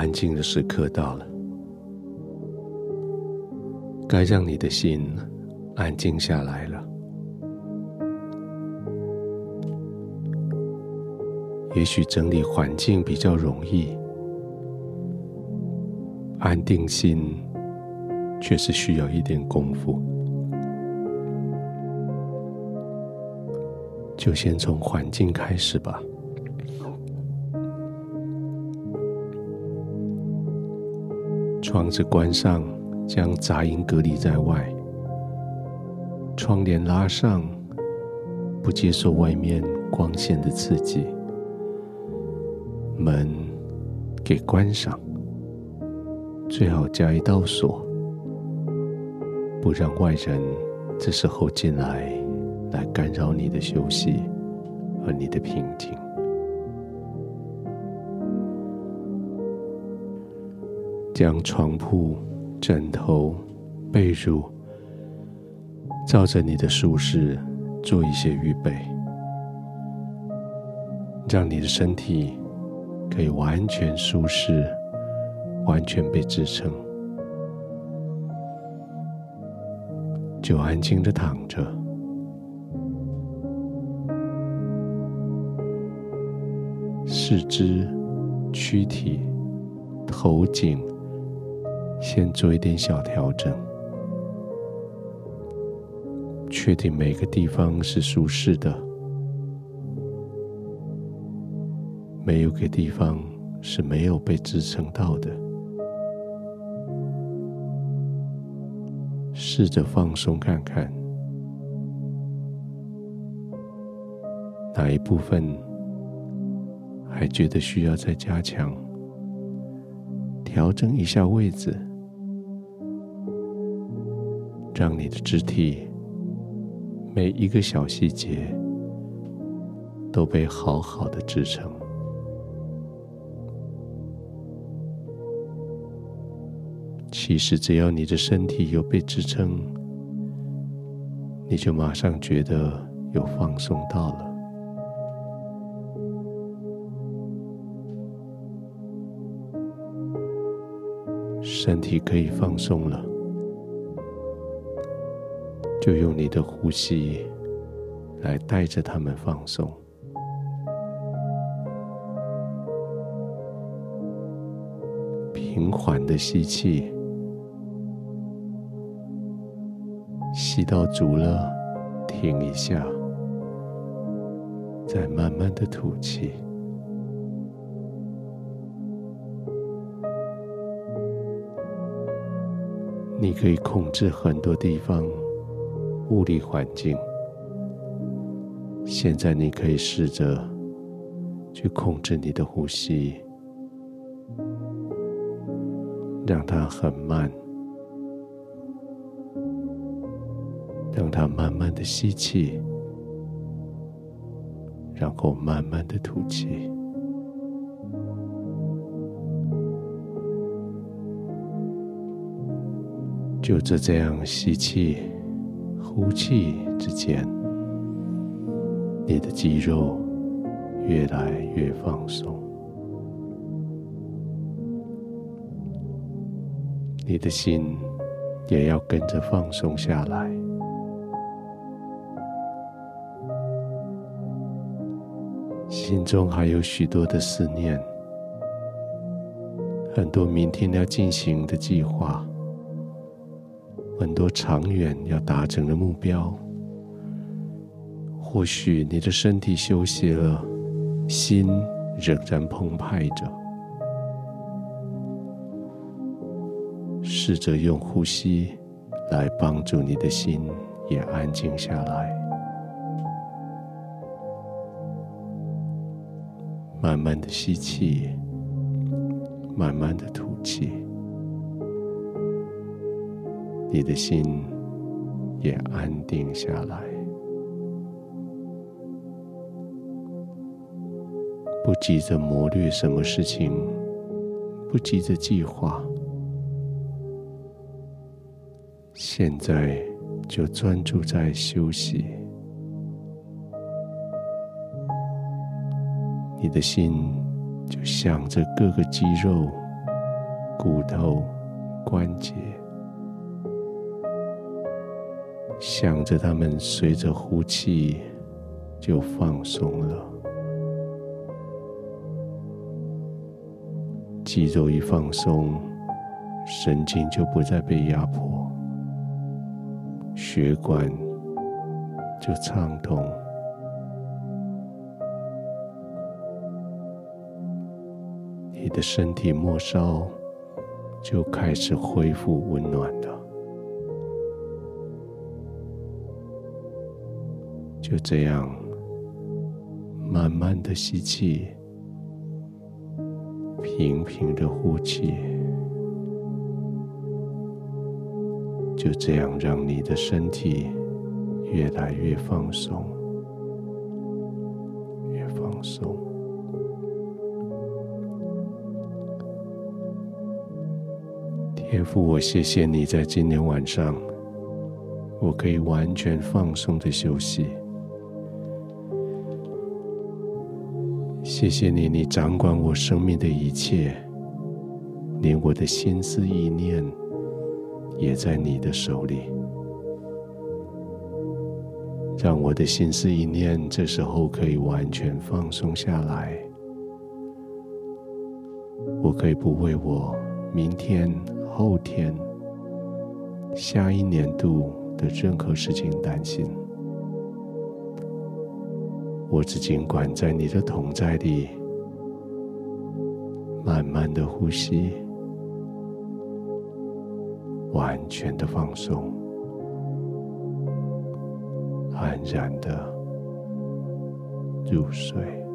安静的时刻到了，该让你的心安静下来了。也许整理环境比较容易，安定心却是需要一点功夫。就先从环境开始吧。窗子关上，将杂音隔离在外；窗帘拉上，不接受外面光线的刺激；门给关上，最好加一道锁，不让外人这时候进来干扰你的休息和你的平静。将床铺、枕头、被褥照着你的舒适做一些预备，让你的身体可以完全舒适，完全被支撑。就安静地躺着，四肢、躯体、头颈先做一点小调整，确定每个地方是舒适的，没有个地方是没有被支撑到的。试着放松看看，哪一部分还觉得需要再加强，调整一下位置，让你的肢体每一个小细节都被好好的支撑。其实只要你的身体有被支撑，你就马上觉得有放松到了。身体可以放松了，就用你的呼吸来带着它们放松。平缓的吸气，吸到足了，停一下，再慢慢的吐气。你可以控制很多地方，物理环境。现在你可以试着去控制你的呼吸，让它很慢，让它慢慢的吸气，然后慢慢的吐气。就这样吸气、呼气之间，你的肌肉越来越放松，你的心也要跟着放松下来。心中还有许多的思念，很多明天要进行的计划，很多长远要达成的目标。或许你的身体休息了，心仍然澎湃着。试着用呼吸来帮助你的心也安静下来，慢慢的吸气，慢慢的吐气，你的心也安定下来。不急着谋略什么事情，不急着计划，现在就专注在休息。你的心就向着各个肌肉骨头、关节，想着它们随着呼气就放松了。肌肉一放松，神经就不再被压迫，血管就畅通，你的身体末梢就开始恢复温暖了。就这样慢慢的吸气，平平的呼气，就这样让你的身体越来越放松，越放松。天父，我谢谢你在今天晚上，我可以完全放松的休息。谢谢你，你掌管我生命的一切，连我的心思意念也在你的手里。让我的心思意念这时候可以完全放松下来，我可以不为我明天、后天、下一年度的任何事情担心。我只尽管在你的同在里，慢慢的呼吸，完全的放松，安然的入睡。